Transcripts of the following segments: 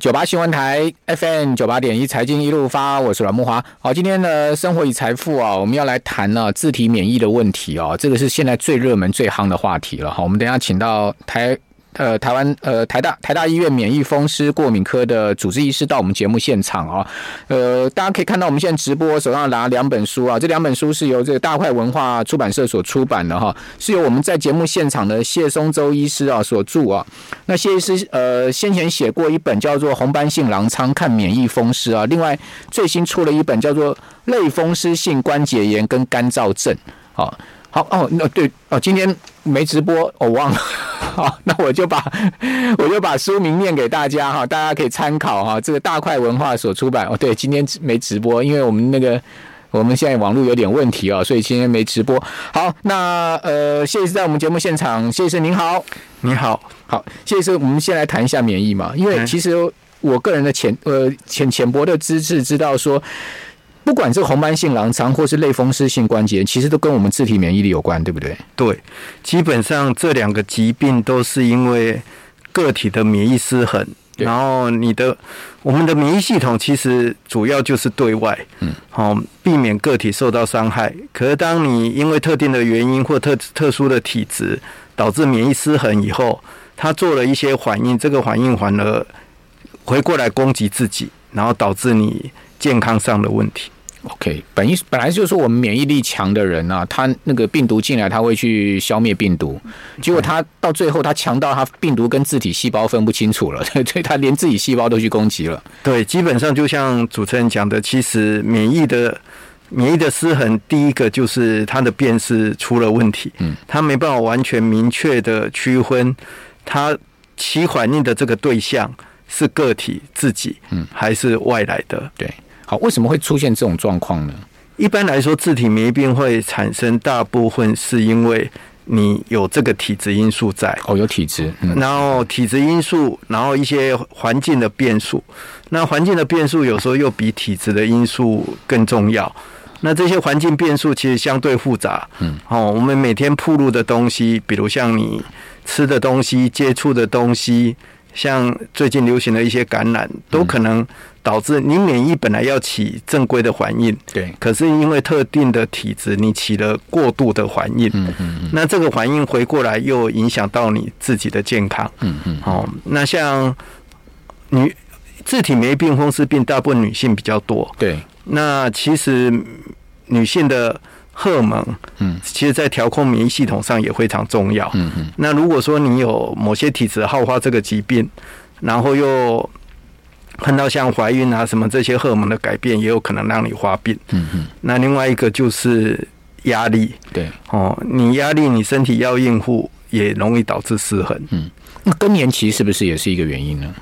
98新闻台 FM 98.1财经一路发，我是阮慕骅。好，今天的生活与财富啊，我们要来谈自体免疫的问题哦，这个是现在最热门、最夯的话题了。好，我们等一下请到台湾台大医院免疫风湿过敏科的主治医师到我们节目现场啊。大家可以看到我们现在直播手上拿2本书啊，这2本书是由这个大块文化出版社所出版的哈，是由我们在节目现场的谢松洲医师啊所著啊。那谢医师先前写过一本叫做《红斑性狼疮看免疫风湿》啊，另外最新出了一本叫做《类风湿性关节炎跟干燥症》啊。好哦，对哦，今天没直播，我忘了。好，那我就把书名念给大家哈，大家可以参考哈。这个大块文化所出版哦，对，今天没直播，因为我们现在网络有点问题哦，所以今天没直播。好，那谢医师在我们节目现场，谢医师您好， 你好， 好，谢医师，我们先来谈一下免疫嘛，因为其实我个人的浅薄的知识知道说。不管是红斑性狼疮或是类风湿性关节，其实都跟我们自体免疫力有关，对不对？ 对，基本上这2个疾病都是因为个体的免疫失衡，然后我们的免疫系统其实主要就是对外，避免个体受到伤害。可是当你因为特定的原因或特殊的体质导致免疫失衡以后，它做了一些反应，这个反应反而回过来攻击自己，然后导致你健康上的问题。 OK， 本来就是说我们免疫力强的人啊，他那个病毒进来，他会去消灭病毒，结果他到最后他强到他病毒跟自体细胞分不清楚了，所以他连自己细胞都去攻击了。 对，基本上就像主持人讲的，其实免疫的失衡，第一个就是它的辨识出了问题，它没办法完全明确的区分它起反应的这个对象是个体自己，还是外来的。 对。好，为什么会出现这种状况呢？ 一般来说，自体免疫病会产生，大部分是因为你有这个体质因素在。 有体质， 然后体质因素，然后一些环境的变数。那环境的变数有时候又比体质的因素更重要。那这些环境变数其实相对复杂。我们每天暴露的东西，比如像你吃的东西、接触的东西，像最近流行的一些感染，都可能导致你免疫本来要起正规的反应， 对， 可是因为特定的体质，你起了过度的反应，那这个反应回过来又影响到你自己的健康，那像自体免疫病、风湿病，大部分女性比较多， 对， 那其实女性的荷尔蒙，其实在调控免疫系统上也非常重要。那如果说你有某些体质好发这个疾病，然后又碰到像怀孕啊什么这些荷尔蒙的改变，也有可能让你发病。那另外一个就是压力， 对， 你压力，你身体要应付，也容易导致失衡。 那更年期是不是也是一个原因呢？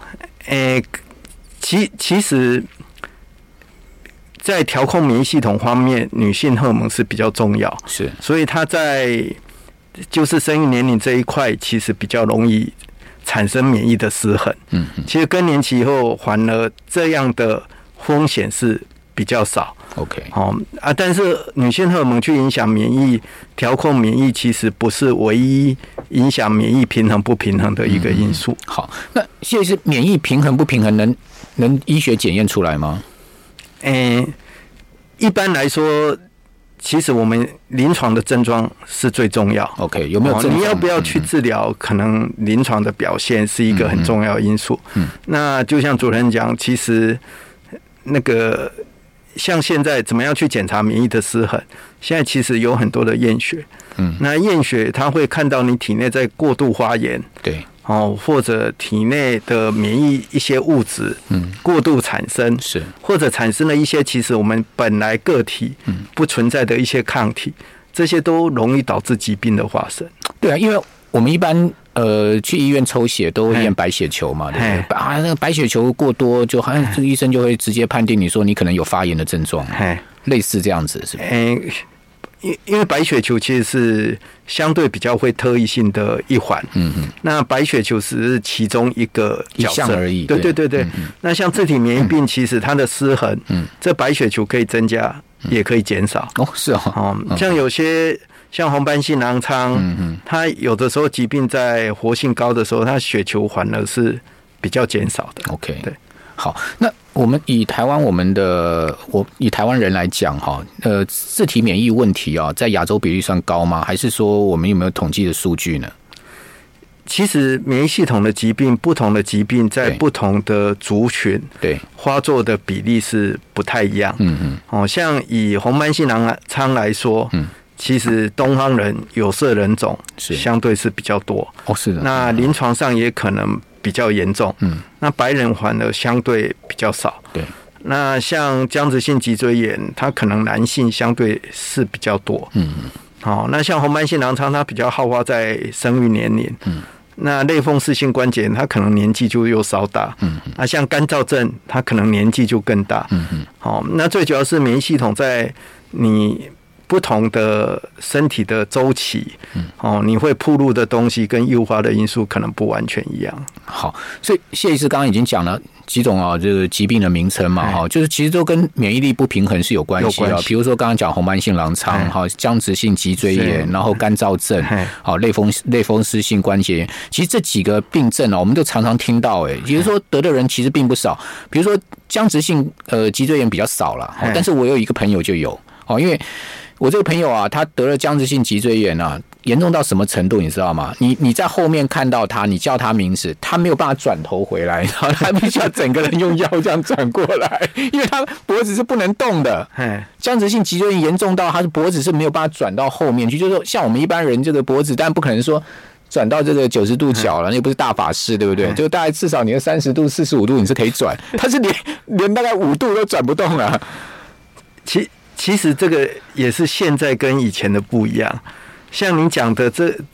其实。在调控免疫系统方面，女性荷尔蒙是比较重要， 是， 所以她在就是生育年龄这一块，其实比较容易产生免疫的失衡。其实更年期以后，反而这样的风险是比较少。 OK， 但是女性荷尔蒙去影响免疫、调控免疫，其实不是唯一影响免疫平衡不平衡的一个因素。 好，那现在是免疫平衡不平衡能医学检验出来吗？ 一般来说，其实我们临床的症状是最重要。 OK， 有没有症状？ 你要不要去治疗？可能临床的表现是一个很重要的因素。那就像主持人讲，其实那个像现在怎么样去检查免疫的失衡？现在其实有很多的验血。那验血它会看到你体内在过度发炎。 对。 或者体内的免疫一些物质过度产生， 是， 或者产生了一些其实我们本来个体不存在的一些抗体，这些都容易导致疾病的发生。 对啊，因为我们一般去医院抽血都会验白血球嘛，对不对？那个白血球过多，就好像这个医生就会直接判定你说你可能有发炎的症状，类似这样子，是不是？ 因为白血球其实是相对比较会特异性的一环，那白血球只是其中一个角色而已。 对。那像自体免疫病，其实它的失衡，这白血球可以增加，也可以减少。 是哦。 像有些像红斑性狼疮，它有的时候疾病在活性高的时候，它血球反而是比较减少的。 OK， 对。 好，那我们以台湾以台湾人来讲哈，自体免疫问题啊，在亚洲比例算高吗？还是说我们有没有统计的数据呢？ 其实免疫系统的疾病，不同的疾病在不同的族群，对发作的比例是不太一样。像以红斑性狼疮来说，其实东方人有色人种相对是比较多。是的。那临床上也可能比较严重。那白人反而相对比较少。对。那像僵直性脊椎炎，它可能男性相对是比较多。那像红斑性狼疮，它比较好发在生育年龄。那类风湿性关节炎，它可能年纪就又稍大。那像干燥症，它可能年纪就更大。那最主要是免疫系统在你不同的身体的周期，你会暴露的东西跟诱发的因素可能不完全一样。好， 所以谢医师刚刚已经讲了几种这个疾病的名称嘛，就是其实都跟免疫力不平衡是有关系啊。比如说刚刚讲红斑性狼疮，僵直性脊椎炎，然后干燥症，类风湿性关节炎，其实这几个病症我们都常常听到，也就是说得的人其实并不少。比如说僵直性脊椎炎比较少了，但是我有一个朋友就有，因为我这个朋友啊，他得了僵直性脊椎炎啊，严重到什么程度你知道吗？你在后面看到他，你叫他名字，他没有办法转头回来，然后他必须要整个人用腰这样转过来，因为他脖子是不能动的。僵直性脊椎炎严重到他的脖子是没有办法转到后面去，就是说像我们一般人这个脖子，但不可能说转到这个90度角了，那又不是大法师，对不对？就大概至少你的30度、45度你是可以转，他是连大概5度都转不动了。 其实这个也是现在跟以前的不一样。像你讲的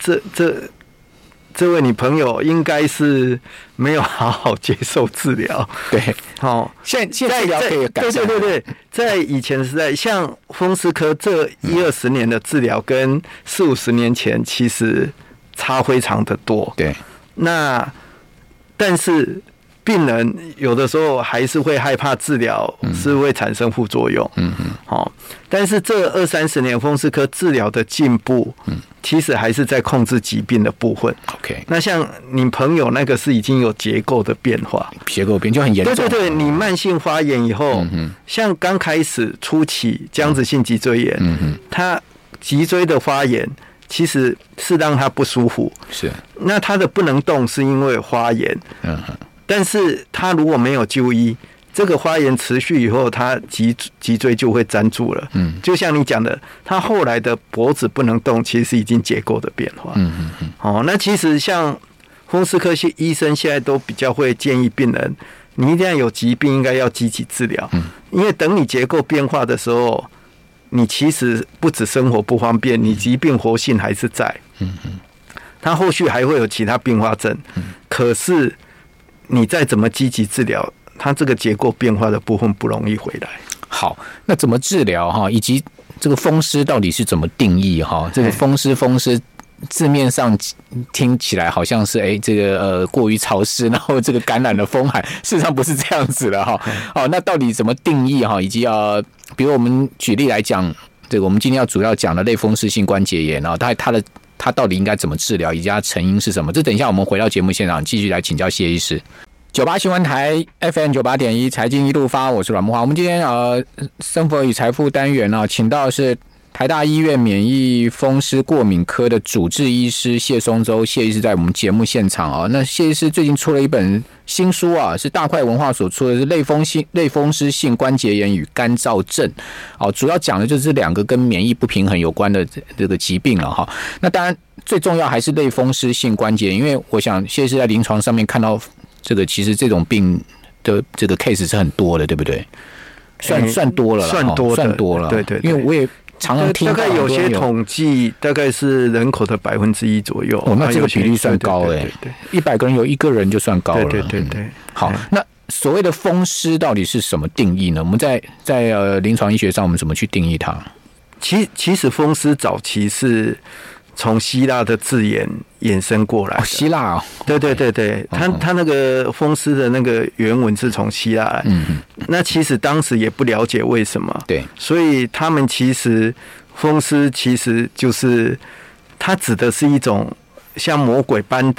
这位你朋友应该是没有好好接受治疗。对，现在治疗可以改善。对，在以前时代，像风湿科这10-20年的治疗跟40-50年前其实差非常的多。对，那但是病人有的时候还是会害怕治疗是会产生副作用。但是这20-30年风湿科治疗的进步，其实还是在控制疾病的部分。那像你朋友那个是已经有结构的变化， 结构变就很严重。 对，你慢性发炎以后，像刚开始初期僵直性脊椎炎，它脊椎的发炎其实是让他不舒服。是，那他的不能动是因为发炎。但是他如果没有就医，这个发炎持续以后，他脊椎就会粘住了。就像你讲的，他后来的脖子不能动，其实是已经结构的变化。那其实像风湿科医生现在都比较会建议病人，你一定要有疾病，应该要积极治疗。因为等你结构变化的时候，你其实不止生活不方便，你疾病活性还是在。他后续还会有其他并发症。可是你再怎么积极治疗，它这个结构变化的部分不容易回来。 好，那怎么治疗以及这个风湿到底是怎么定义这个风湿字面上听起来好像是这个过于潮湿，然后这个感染了风寒，事实上不是这样子的那到底怎么定义以及比如我们举例来讲，这个我们今天要主要讲的类风湿性关节炎它到底应该怎么治疗，以及它成因是什么？这等一下我们回到节目现场继续来请教谢医师。98新闻台 FM 98.1财经一路发，我是阮慕骅。我们今天生活与财富单元请到的是台大医院免疫风湿过敏科的主治医师谢松洲，谢医师在我们节目现场那谢医师最近出了一本新书是大块文化所出的，是类风湿性关节炎与干燥症主要讲的就是2个跟免疫不平衡有关的这个疾病了那当然最重要还是类风湿性关节炎，因为我想谢医师在临床上面看到这个其实这种病的这个 case 是很多的，对不对？算多了，算多了，对，因为我也常常听到大概有些统计，大概是人口的1%左右。 那这个比例算高100个人有1个人就算高了。对。好，那所谓的风湿到底是什么定义呢？我们在临床医学上，我们怎么去定义它？ 其实风湿早期是从希腊的字眼衍生过来的。 希腊对，他那个风湿的那个原文是从希腊来。那其实当时也不了解为什么。对，所以他们其实风湿其实就是它指的是一种像魔鬼般的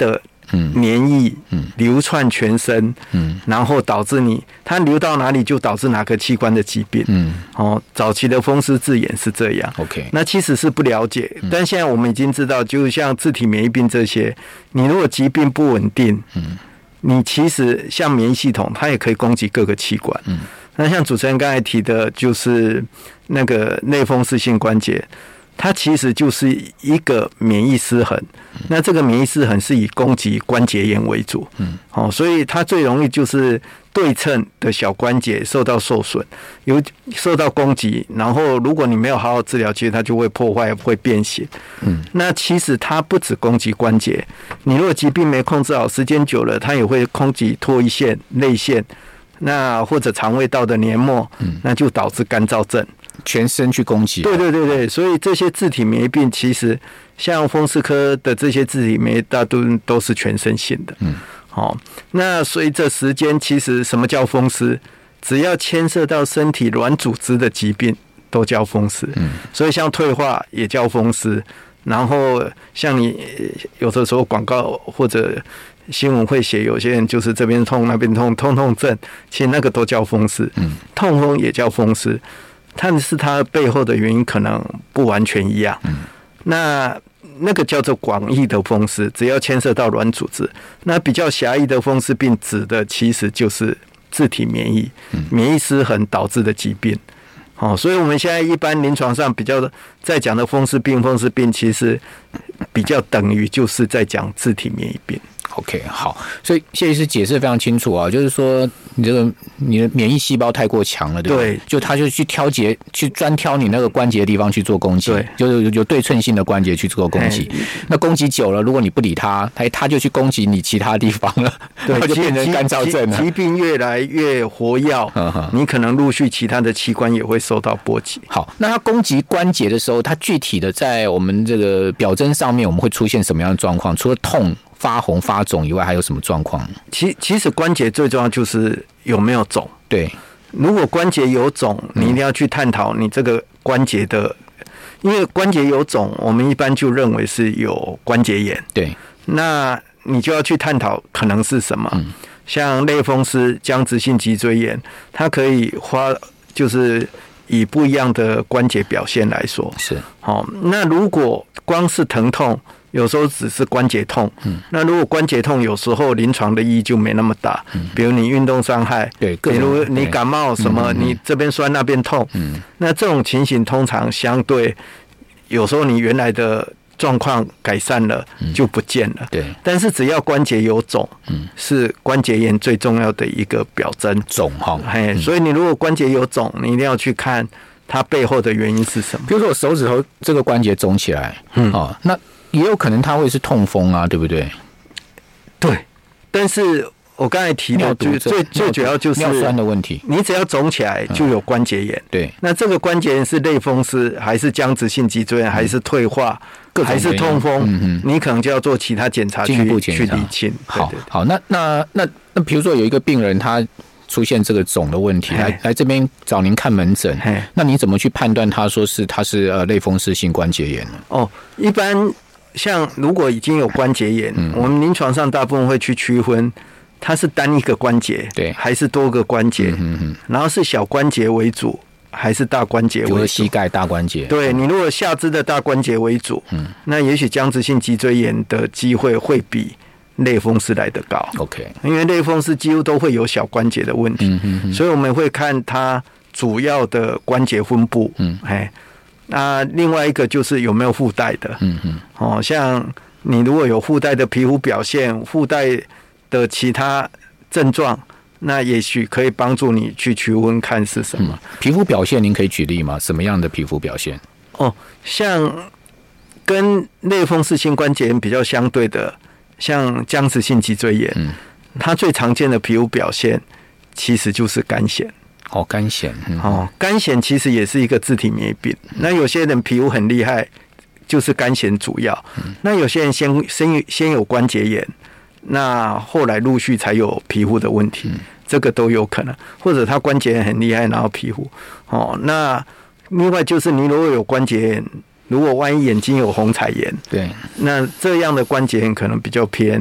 黏液流窜全身，然后导致它流到哪里就导致哪个器官的疾病。早期的风湿自炎是这样。 OK， 那其实是不了解，但现在我们已经知道，就像自体免疫病这些，你如果疾病不稳定，你其实像免疫系统，它也可以攻击各个器官。那像主持人刚才提的，就是那个类风湿性关节。它其实就是一个免疫失衡，那这个免疫失衡是以攻击关节炎为主，所以它最容易就是对称的小关节受到受损，受到攻击，然后如果你没有好好治疗，其实它就会破坏，会变形。那其实它不只攻击关节，你如果疾病没控制好，时间久了，它也会攻击唾液腺、泪腺，那或者肠胃道的黏膜，那就导致干燥症。 全身去攻击。 对，所以这些自体免疫病其实像风湿科的这些自体免疫大多都是全身性的。那随着时间，其实什么叫风湿？只要牵涉到身体软组织的疾病都叫风湿。所以像退化也叫风湿，然后像你有的时候广告或者新闻会写有些人就是这边痛那边痛，痛痛症，其实那个都叫风湿。痛风也叫风湿。但是它背后的原因可能不完全一样。那个叫做广义的风湿，只要牵涉到软组织。那比较狭义的风湿病，指的其实就是自体免疫失衡导致的疾病。所以我们现在一般临床上比较在讲的风湿病，其实比较等于就是在讲自体免疫病。 OK， 好，所以谢医师解释得非常清楚啊，就是说你的免疫细胞太过强了，对不对？对，就他就去去专挑你那个关节的地方去做攻击，对，就是有对称性的关节去做攻击。那攻击久了，如果你不理他，他就去攻击你其他地方了，对，就变成干燥症了。 疾病越来越活跃，你可能陆续其他的器官也会受到波及。 好，那他攻击关节的时候，他具体的在我们这个表征上面，我们会出现什么样的状况？除了痛、发红、发肿以外，还有什么状况？ 其实关节最重要就是有没有肿。 对， 如果关节有肿，你一定要去探讨你这个关节的，因为关节有肿，我们一般就认为是有关节炎。 对， 那你就要去探讨可能是什么。像类风湿、僵直性脊椎炎，它可以就是以不一样的关节表现来说。 是， 那如果光是疼痛，有时候只是关节痛，那如果关节痛，有时候临床的意义就没那么大。比如你运动伤害， 对， 比如你感冒什么，你这边酸那边痛，那这种情形通常相对，有时候你原来的状况改善了就不见了。 对， 但是只要关节有肿，是关节炎最重要的一个表征。 肿哈， 所以你如果关节有肿，你一定要去看它背后的原因是什么。 比如说我手指头这个关节肿起来，那也有可能它会是痛风啊，对不对？ 对，但是我刚才提到，最主要就是尿酸的问题。 你只要肿起来就有关节炎。 对， 那这个关节炎是类风湿，还是僵直性脊椎炎，还是退化，还是痛风？你可能就要做其他检查去理清。 好，那比如说有一个病人他出现这个肿的问题，来这边找您看门诊，那你怎么去判断他是类风湿性关节炎呢？ 一般像如果已经有关节炎，我们临床上大部分会去区分它是单一个关节， 对， 还是多个关节，然后是小关节为主，还是大关节为主？ 比如膝盖大关节。 对，你如果下肢的大关节为主，那也许僵直性脊椎炎的机会会比类风湿来得高。 OK， 因为类风湿几乎都会有小关节的问题，所以我们会看它主要的关节分布。那另外一个就是有没有附带的。像你如果有附带的皮肤表现，附带的其他症状，那也许可以帮助你去区分看是什么。 皮肤表现您可以举例吗？什么样的皮肤表现？ 像跟类风湿性关节炎比较相对的，像僵直性脊椎炎，它最常见的皮肤表现其实就是干癣。 干癣。 干癣其实也是一个自体免疫病。那有些人皮肤很厉害，就是干癣主要。那有些人先有关节炎，那后来陆续才有皮肤的问题，这个都有可能。或者他关节炎很厉害，然后皮肤。那另外就是你如果有关节炎，如果万一眼睛有红彩炎， 对， 那这样的关节炎可能比较偏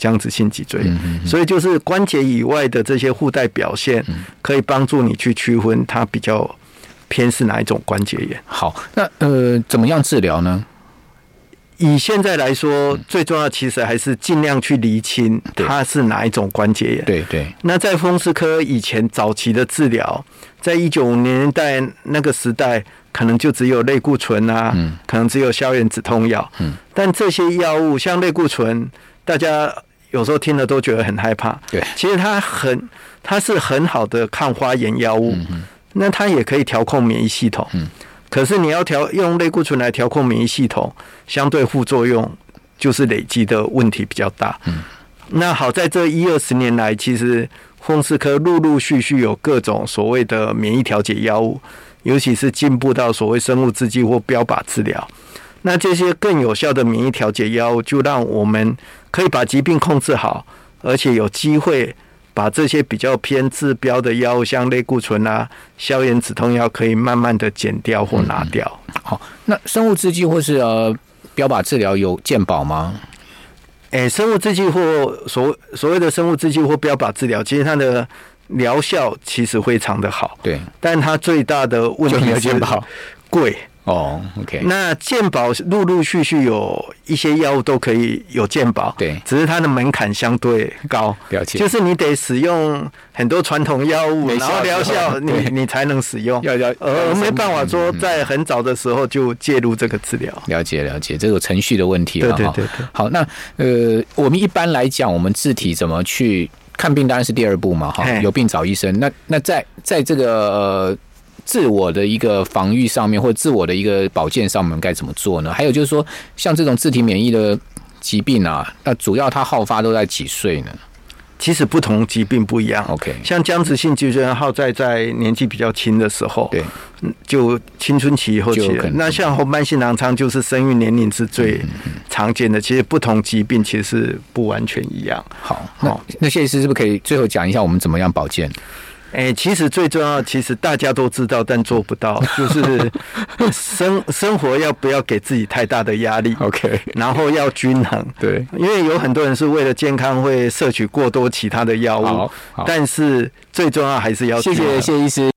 僵直性脊椎。所以就是关节以外的这些附带表现，可以帮助你去区分它比较偏是哪一种关节炎。 好，那怎么样治疗呢？ 以现在来说，最重要其实还是尽量去厘清它是哪一种关节炎。 对对。 那在风湿科以前早期的治疗，在1950年代那个时代，可能就只有类固醇啊，可能只有消炎止痛药。但这些药物像类固醇，大家有时候听了都觉得很害怕。 对， 其实它是很好的抗发炎药物。那它也可以调控免疫系统。可是你要用类固醇来调控免疫系统，相对副作用就是累积的问题比较大。那好在这10-20年来，其实风湿科陆陆续续有各种所谓的免疫调节药物，尤其是进步到所谓生物制剂或标靶治疗。那这些更有效的免疫调节药物，就让我们可以把疾病控制好，而且有机会把这些比较偏治标的药物，像类固醇啊、消炎止痛药，可以慢慢的减掉或拿掉。 好，那生物制剂或是标靶治疗有健保吗？ 生物制剂或所谓的生物制剂或标靶治疗，其实它的疗效其实非常的好。 对， 但它最大的问题是贵。 OK。 那健保陆陆续续有一些药物都可以有健保， 对， 只是它的门槛相对高， 了解， 就是你得使用很多传统药物，然后疗效你才能使用，没办法说在很早的时候就介入这个治疗。 了解，这个程序的问题了。 对。 好，那我们一般来讲，我们自体怎么去看病，当然是第二步嘛，哈，有病找医生。那在这个自我的一个防御上面，或者自我的一个保健上面该怎么做呢？还有就是说，像这种自体免疫的疾病啊，那主要它好发都在几岁呢？ 其实不同疾病不一样。 OK， 像僵直性脊椎炎好在年纪比较轻的时候， 对， 就青春期以后期了。那像红斑性狼疮，就是生育年龄是最常见的。其实不同疾病其实是不完全一样。 好，那谢医师是不是可以最后讲一下我们怎么样保健？ 其实最重要，其实大家都知道，但做不到，就是生活要不要给自己太大的压力 ，OK， 然后要均衡， 对， 因为有很多人是为了健康会摄取过多其他的药物，但是最重要还是要均衡。 谢谢医师。